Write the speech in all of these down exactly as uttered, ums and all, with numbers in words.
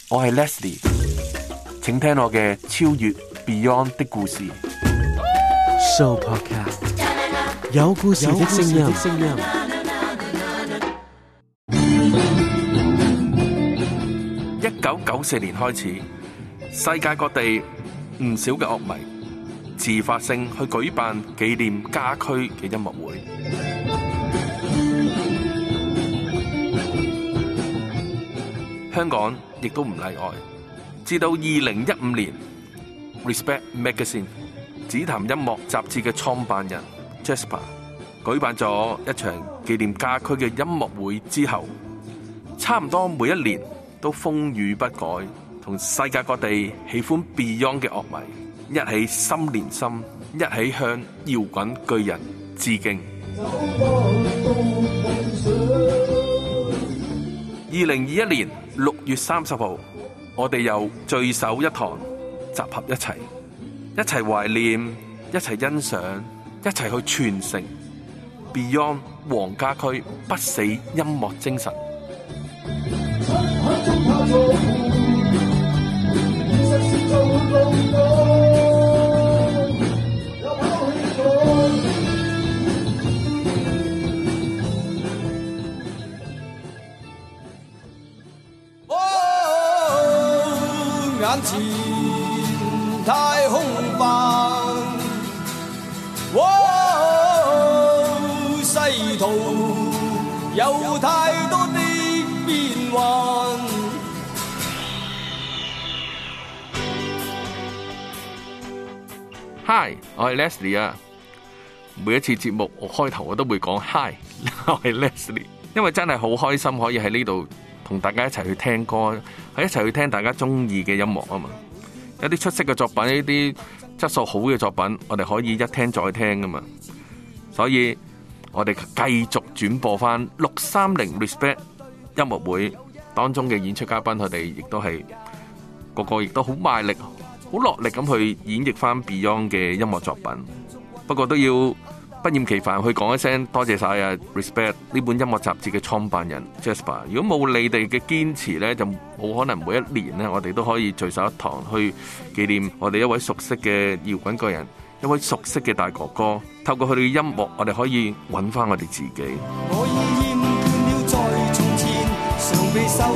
我係 Leslie， 請聽我嘅超越 Beyond 的故事。 Show Podcast 有故事的聲音。 一九九四年開始，世界各地唔少嘅樂迷自發性去舉辦紀念家駒嘅音樂會。香港亦都唔例外。至到二零一五年 ，Respect Magazine 紫檀音樂雜誌嘅創辦人 Jasper 舉辦咗一場紀念家駒嘅音樂會之後，差唔多每一年都風雨不改，同世界各地喜歡 Beyond 嘅樂迷一起心連心，一起向搖滾巨人致敬。二零二一年六月三十號，我哋又聚首一堂，集合一齊，一齊懷念，一齊欣賞，一齊去傳承 Beyond 黃家駒不死音樂精神。 眼前太空泛，世途有太多的變幻。 Hi， 我係 Leslie 啊。每一次節目我開頭我都會講 Hi， 我係 Leslie， 因為真係好開心可以喺呢度同大家一齊去聽歌，喺一齊去聽大家中意嘅音樂啊嘛。有啲出色嘅作品，呢啲質素好嘅作品，我哋可以一聽再聽噶嘛。所以我哋繼續轉播翻六三零 Respect 音樂會當中嘅演出嘉賓，佢哋亦都係個個亦都好賣力、好落力咁去演繹翻 Beyond 嘅音樂作品。不過都要不厭其煩去講一聲多謝晒啊 Respect 呢本音樂雜誌嘅創辦人 Jasper。如果冇你哋嘅堅持呢，就冇可能每一年呢，我哋都可以聚首一堂去紀念我哋一位熟悉嘅搖滾巨人，一位熟悉嘅大哥哥。透過佢哋嘅音樂，我哋可以揾翻我哋自己。 我已厭倦了在從前常被受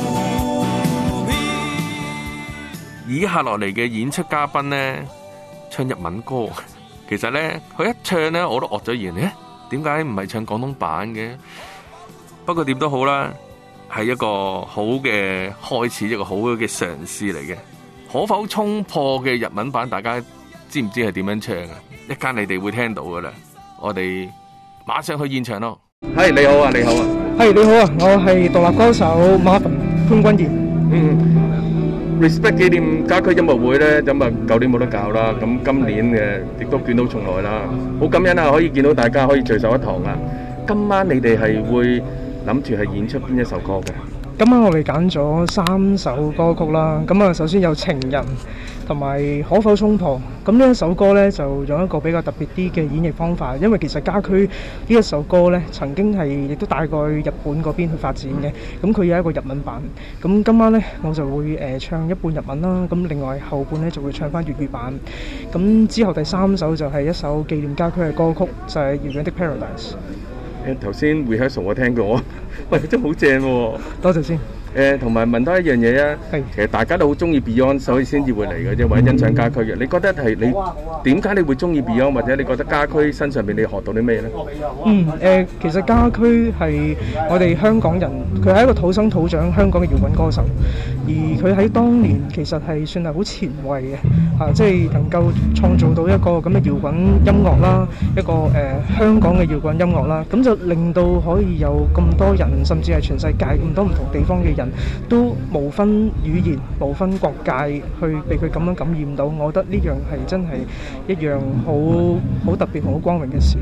騙。 以下落嚟嘅演出嘉賓呢，唱日文歌。其實咧，佢一唱咧，我都愕咗然咧。點解唔係唱廣東版嘅？不過點都好啦，係一個好嘅開始，一個好嘅嘗試嚟嘅。可否衝破嘅日文版，大家知唔知係點樣唱啊？一間你哋會聽到噶啦。我哋馬上去現場咯。係你好啊，你好啊。 係你好啊，我係獨立歌手 Marvin 潘君賢。 嗯。Respect 紀念家駒音樂會咧，咁啊舊年冇得搞啦，咁今年嘅亦都捲土重來啦，好感恩啊！可以見到大家可以聚首一堂啊！今晚你哋係會諗住係演出邊一首歌嘅？ 今晚我哋揀咗三首歌曲啦，咁啊首先有情人同埋可否衝破。咁呢一首歌呢，就用一個比較特別啲嘅演繹方法，因為其實家駒呢一首歌呢，曾經係亦都帶過去日本嗰邊去發展嘅，咁佢有一個日文版。咁今晚呢，我就會誒、呃、唱一半日文啦，咁另外後半呢，就會唱翻粵語版。咁之後第三首就係一首紀念家駒嘅歌曲，就係、是《遙遠的 Paradise》。 誒頭先 rehearsal 我聽過，喂真係好正喎！ 多謝先。 誒同埋問多一樣嘢啊，其實大家都好中意 Beyond，所以先至會嚟嘅啫，或者欣賞家駒嘅。你覺得係你點解你會中意 Beyond，或者你覺得家駒身上邊你學到啲咩咧？ 嗯誒、呃，其實家駒係我哋香港人，佢係一個土生土長香港嘅搖滾歌手，而佢喺當年其實係算係好前衛嘅，啊，即係能夠創造到一個咁嘅搖滾音樂啦，一個誒、呃、香港嘅搖滾音樂啦，咁就令到可以有咁多人，甚至係全世界咁多唔同地方嘅人都無分語言、無分國界去被佢咁樣感染到，我覺得呢樣係真係一樣好好特別、好光榮嘅事嚟嘅。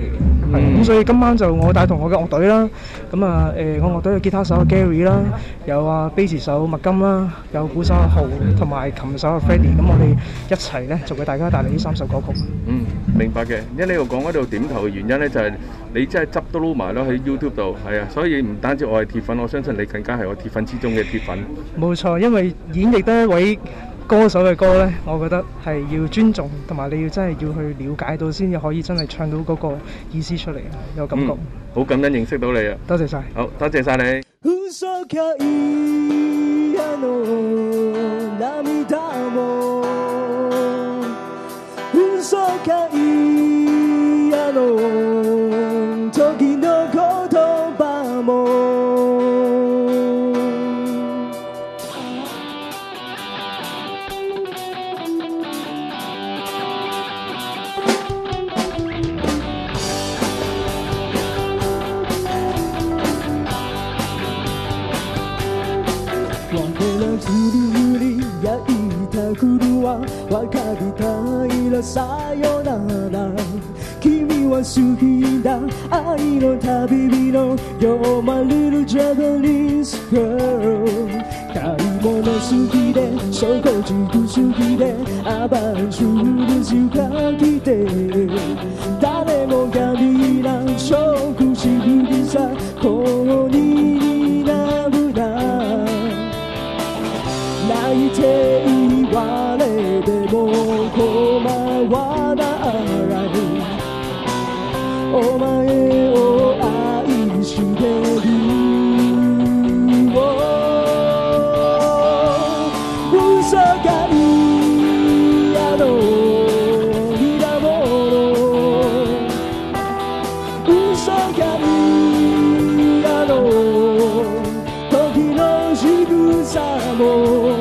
係咁、 嗯所以今晚就我帶同我嘅樂隊啦，咁啊誒我樂隊嘅吉他手 Gary 啦，有啊 bass 手麥金啦，有鼓手阿豪同埋琴手阿 Freddie，咁我哋一齊咧就為大家帶嚟呢三首歌曲。 嗯，明白嘅。因為你度講嗰度點頭嘅原因咧，就係你真係執都撈埋咯喺 YouTube 度，係啊，所以唔單止我係鐵粉，我相信你更加係我鐵粉之中嘅鐵粉。 冇錯，因為演繹得一位歌手嘅歌呢，我覺得係要尊重，同埋你要真係要去了解到先至可以真係唱到嗰個意思出嚟，有感覺。 嗯，好感恩認識到你啊！ 多謝晒。 好，多謝晒你。 嘘かいあの涙も嘘かいあの時の言葉もずりずり焼いた栗は分かりたいらさよなら君は好きだ愛の旅人 You're my little Japanese girl 買い物好きで食事好きでアバンチュール仕掛けて誰もが皆食事好きさこになるな泣いて言われても構わないお前を愛してる嘘が嫌の嫌者嘘が嫌の時の仕草も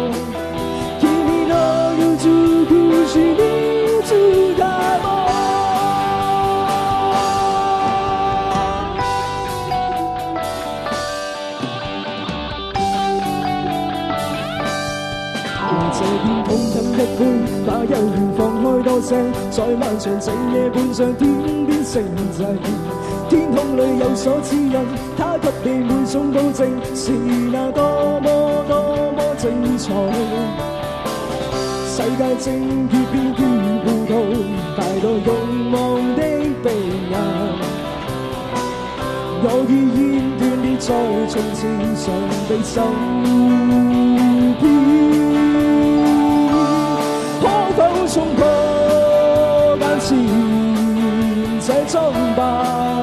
把憂慮放開多些，在漫長整夜半上天邊星際，天空裏有所指引，他給你每種保證，是那多麼多麼精彩。世界正越變越糊塗，太多慾望的鼻眼，我已厭倦地在從前上被受騙。衝破眼前這裝扮，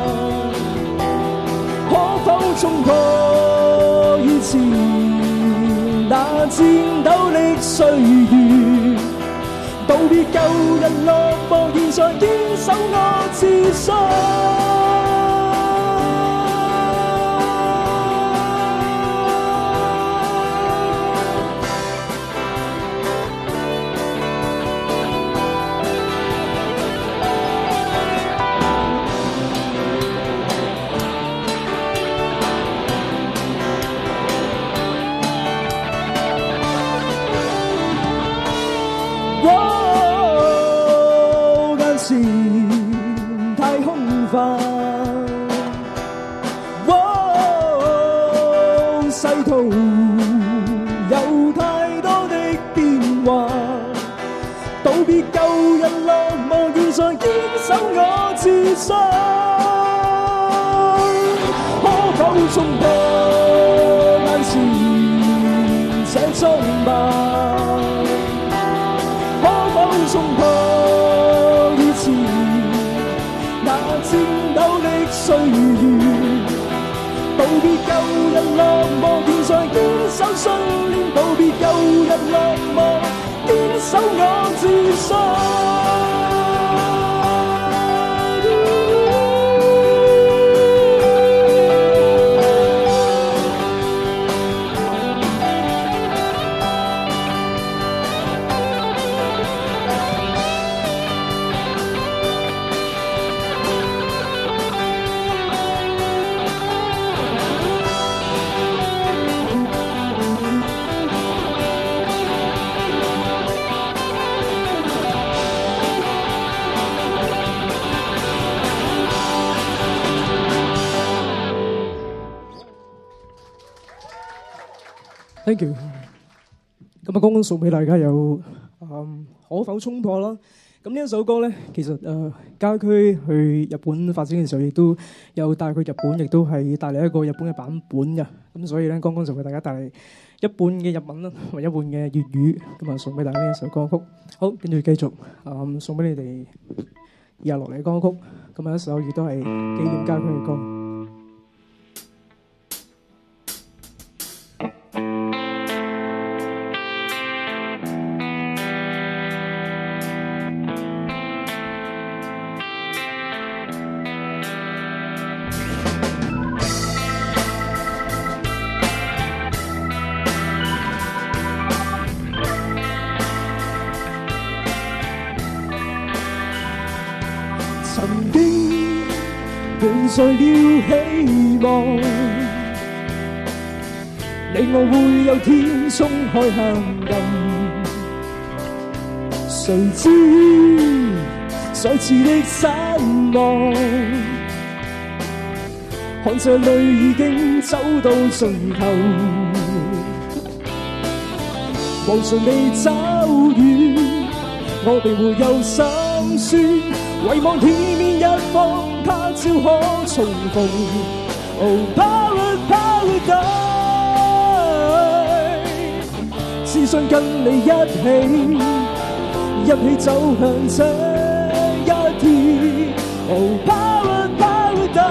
可否衝破以前那戰鬥的歲月，道別舊日落寞，現在堅守我自信。太空泛，世途有太多的變幻，道別舊日落寞，現在堅守我自信，可否衝破眼前這裝扮，可否衝破以前那戰鬥的歲月，道別舊日落寞，現在堅守信念，道別舊日落寞，堅守我自信。 Thank you。咁啊，剛剛送俾大家有嗯可否衝破啦。咁呢一首歌咧，其實誒、呃、家駒去日本發展嘅時候，亦都有帶去日本，亦都係帶嚟一個日本嘅版本嘅。咁所以咧，剛剛就為大家帶嚟一半嘅日文啦，同埋一半嘅粵語，咁啊送俾大家呢一首歌曲。好，跟住繼續嗯送俾你哋以下落嚟嘅歌曲。咁啊一首亦都係紀念家駒嘅歌。 曾經伴隨了希望，你我會有天衝開黑暗，誰知再次的失望，看這裏已經走到盡頭，無盡地走遠，我並沒有心酸。遺忘天面一方，他朝可重逢。Oh paradise，只想跟你一起，一起走向這一天。Oh paradise，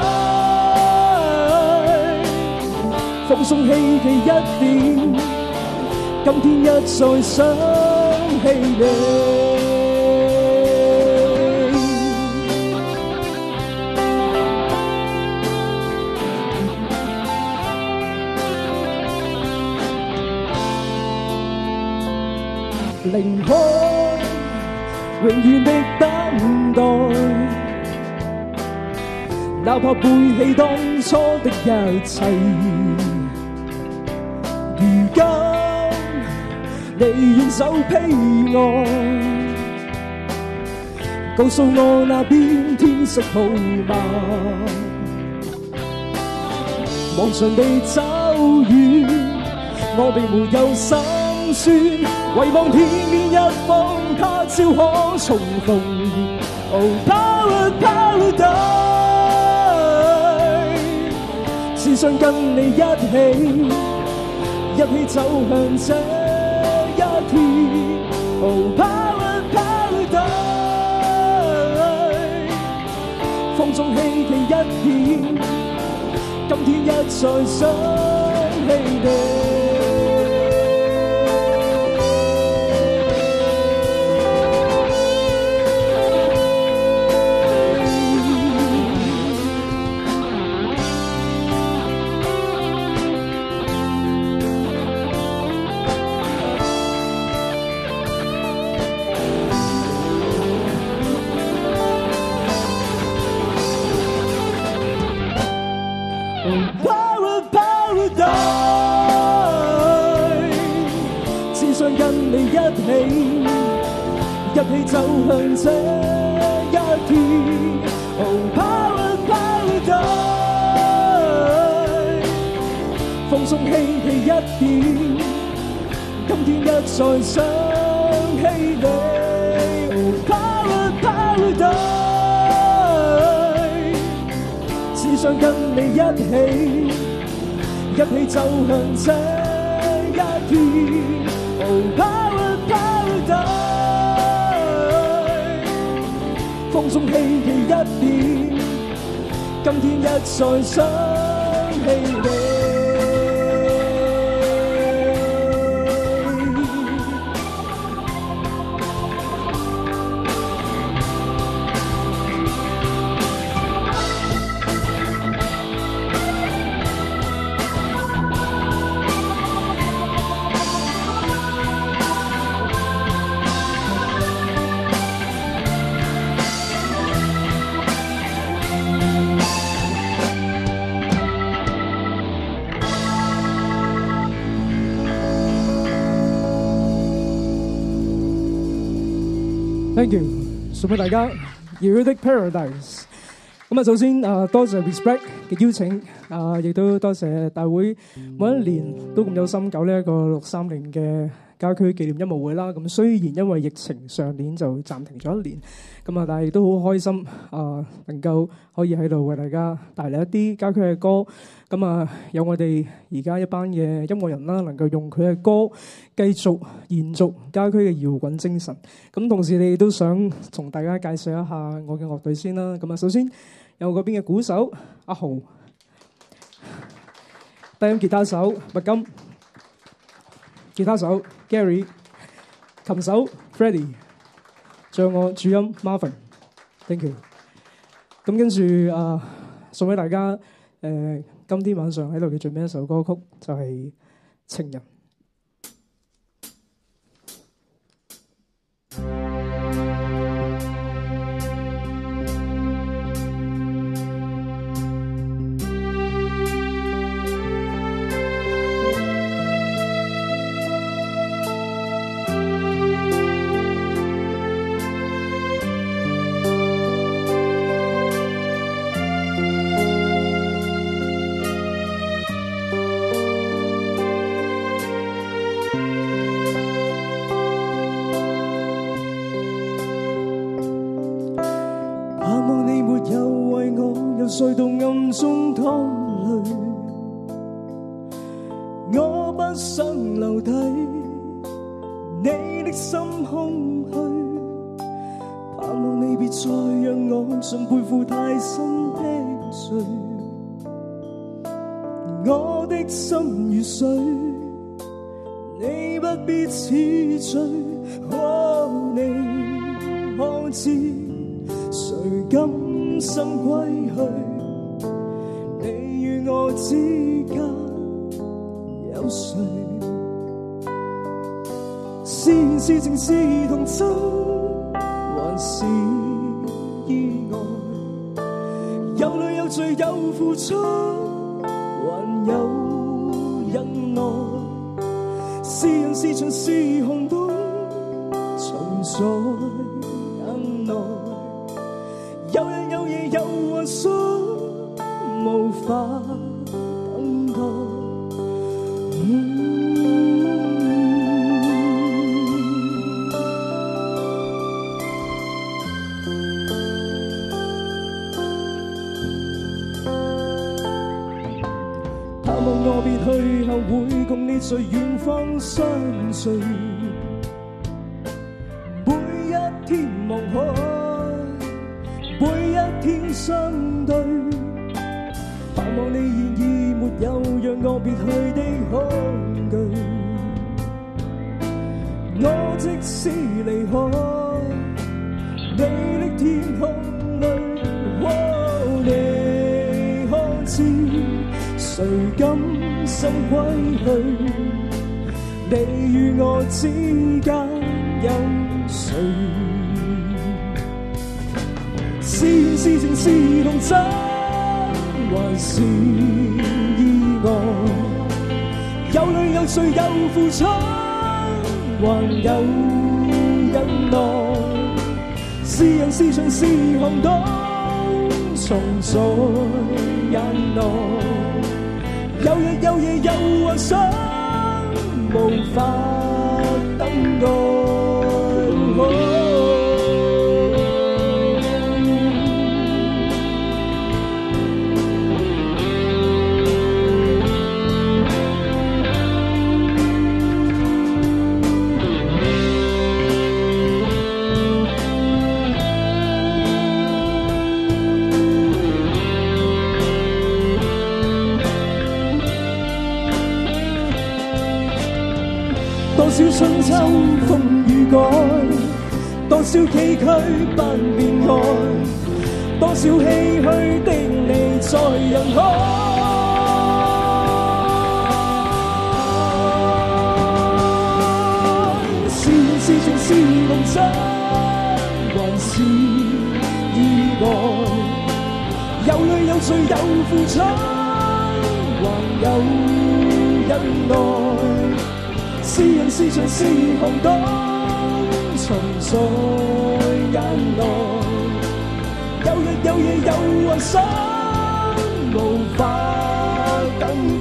放鬆希冀一點，今天一再想起你。寧可永遠的等待，哪怕背棄當初的一切。如今你遠走披岸，告訴我那邊天色好嗎？望上地走遠，我並沒有心酸，遺忘天面一方，他朝可重逢。Oh paradise，只想跟你一起，一起走向這一天。Oh paradise，放縱希冀一點，今天一再想起你。一起走向這一天。Oh paradise，放鬆希冀一點，今天一再想起你。Oh paradise，只想跟你一起，一起走向這一天。Oh paradise，放縱希冀一點，今天一再想起你。 Thank you， 送俾大家《遙遠的 Paradise》。咁啊，首先啊，多謝 Respect 嘅邀請啊，亦都多謝大會每一年都咁有心搞呢一個六三零嘅家駒紀念音樂會啦。咁雖然因為疫情上年就暫停咗一年，咁啊，但係亦都好開心啊，能夠可以喺度為大家帶嚟一啲家駒嘅歌。咁啊，有我哋而家一班嘅音樂人啦，能夠用佢嘅歌繼續延續家駒嘅搖滾精神。咁同時，你都想同大家介紹一下我嘅樂隊先啦。咁啊，首先有嗰邊嘅鼓手阿豪，低音吉他手麥金，吉他手 Gary， 琴手 Freddie， 仲有我主音 Marvin。Thank you。咁跟住啊，送俾大家誒、呃，今天晚上喺度嘅最尾一首歌曲就係《情人》。 睡到暗中淌淚，我不想留低你的心空虛，盼望你別再讓我盡背負太深的罪，我的心如水，你不必痴醉，哦，你可知誰甘心歸去？你與我之間有誰？是緣是情是童真，還是意外？有淚有罪有付出，還有忍耐。是人是牆是紅燈，藏在眼內。有日有夜有幻想，無法等待。嗯盼望我別去後會共你在遠方相聚，每一天望海，每一天相對，盼望你現已沒有讓我別去的恐懼。我即使離開你的天空裏，哦，你可知誰甘心歸去？你與我之間有誰？是緣是情是童真，還是意外？有淚有罪有付出，還有忍耐。是人是牆是寒冬，藏在眼內。有日有夜有幻想，無法等待。哦多少春秋風雨改，多少崎嶇不變愛，多少唏噓的你在人海。是緣是情是童真，還是意外？有淚有罪有付出，還有忍耐。是人是牆是寒冬，藏在眼內。有日有夜有幻想，無法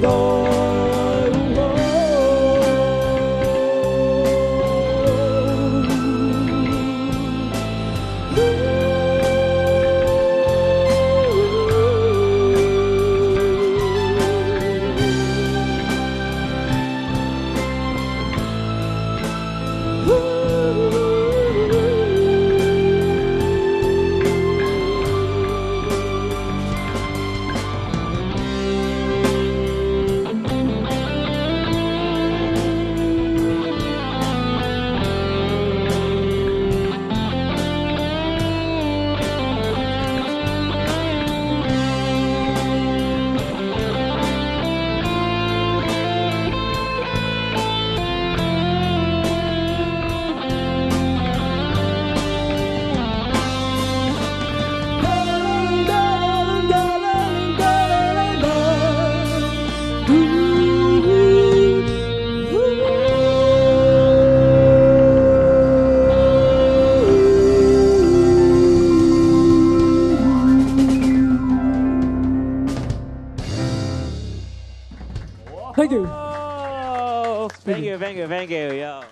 Thank you. Oh, thank you, thank you, thank you. Yo.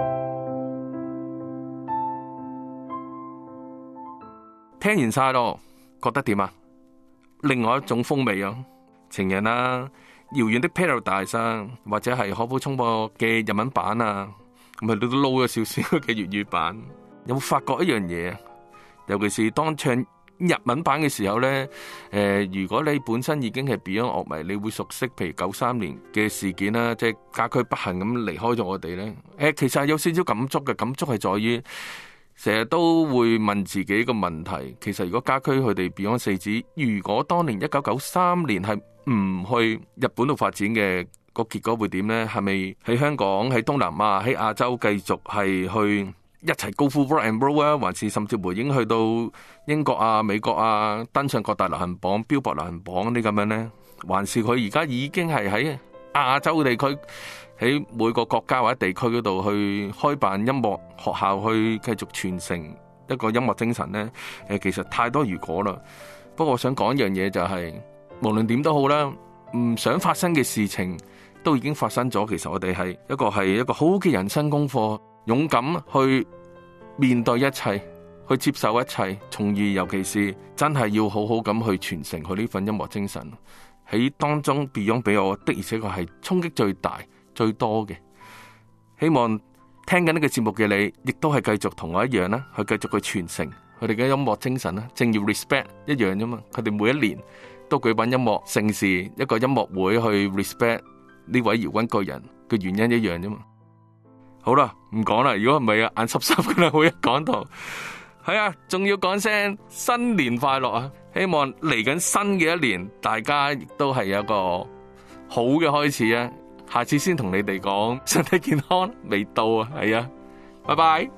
聽完晒咯，覺得點啊？另外一種風味啊，情人啊，遙遠的 Paradise 啊，或者係可否衝破嘅日文版啊，咁啊你都撈咗少少嘅粵語版，有冇發覺一樣嘢啊？尤其是當唱日文版嘅時候呢，誒、呃，如果你本身已經係 Beyond 樂迷，你會熟悉譬如九三年嘅事件啦，即係家駒不幸咁離開咗我哋呢。誒、呃，其實係有少少感觸嘅，感觸係在於成日都會問自己個問題，其實如果家駒佢哋 Beyond 四子，如果當年一九九三年係唔去日本度發展嘅，個結果會點呢？係咪喺香港、喺東南亞、喺亞洲繼續係去一齊高呼 rock and roll 啊，還是甚至乎已經去到英國啊、美國啊，登上各大流行榜、標博流行榜啲咁樣呢？還是佢而家已經係喺亞洲地區，喺每個國家或者地區嗰度去開辦音樂學校，去繼續傳承一個音樂精神呢？誒，其實太多如果啦。不過我想講一樣嘢就係、是，無論點都好啦，唔想發生嘅事情都已經發生咗。其實我哋係一個係一個好嘅人生功課。勇敢去面對一切，去接受一切，從而尤其是真係要好好咁去傳承佢呢份音樂精神。喺當中 Beyond 俾我的而且確係衝擊最大最多嘅。希望聽緊呢個節目嘅你，亦都係繼續同我一樣啦，去繼續去傳承佢哋嘅音樂精神啦。正要 respect 一樣啫嘛，佢哋每一年都舉辦音樂盛事，一個音樂會去 respect 呢位搖滾巨人嘅原因一樣啫嘛。好啦，唔講啦，如果唔係啊，眼濕濕噶啦，我一講到係啊，仲要講聲新年快樂啊！希望嚟緊新嘅一年，大家亦都係有一個好嘅開始啊！下次先同你哋講身體健康未到啊，係啊，拜拜。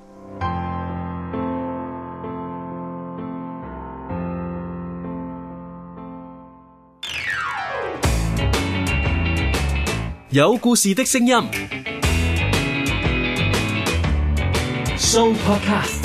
有故事的聲音。Show Podcast。